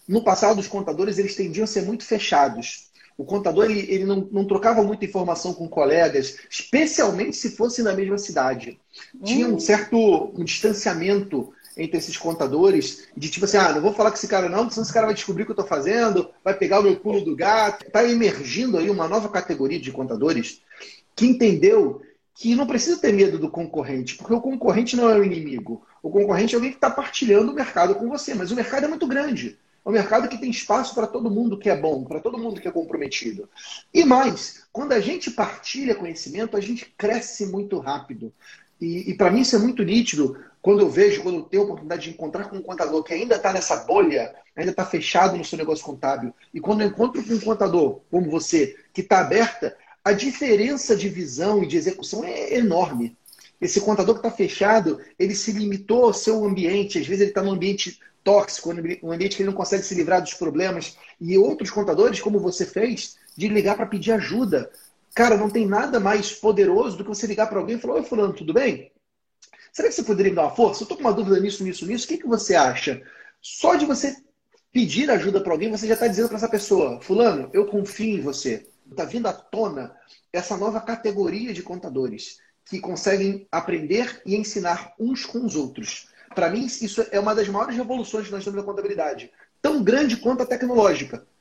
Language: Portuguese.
No passado, os contadores eles tendiam a ser muito fechados. O contador ele não trocava muita informação com colegas, especialmente se fosse na mesma cidade. Tinha um Hum, certo distanciamento entre esses contadores, de tipo assim, não vou falar com esse cara não, porque senão esse cara vai descobrir o que eu estou fazendo, vai pegar o meu pulo do gato. Está emergindo aí uma nova categoria de contadores que entendeu que não precisa ter medo do concorrente, porque o concorrente não é o inimigo. O concorrente é alguém que está partilhando o mercado com você, mas o mercado é muito grande. É um mercado que tem espaço para todo mundo que é bom, para todo mundo que é comprometido. E mais, quando a gente partilha conhecimento, a gente cresce muito rápido. E para mim isso é muito nítido quando eu vejo, quando eu tenho a oportunidade de encontrar com um contador que ainda está nessa bolha, ainda está fechado no seu negócio contábil. E quando eu encontro com um contador como você, que está aberta, a diferença de visão e de execução é enorme. Esse contador que está fechado, ele se limitou ao seu ambiente. Às vezes ele está num ambiente tóxico, um ambiente que ele não consegue se livrar dos problemas. E outros contadores, como você fez, de ligar para pedir ajuda. Cara, não tem nada mais poderoso do que você ligar para alguém e falar: oi, fulano, tudo bem? Será que você poderia me dar uma força? Eu estou com uma dúvida nisso, nisso, nisso. O que você acha? Só de você pedir ajuda para alguém, você já está dizendo para essa pessoa: fulano, eu confio em você. Está vindo à tona essa nova categoria de contadores que conseguem aprender e ensinar uns com os outros. Para mim, isso é uma das maiores revoluções que nós temos na contabilidade. Tão grande quanto a tecnológica.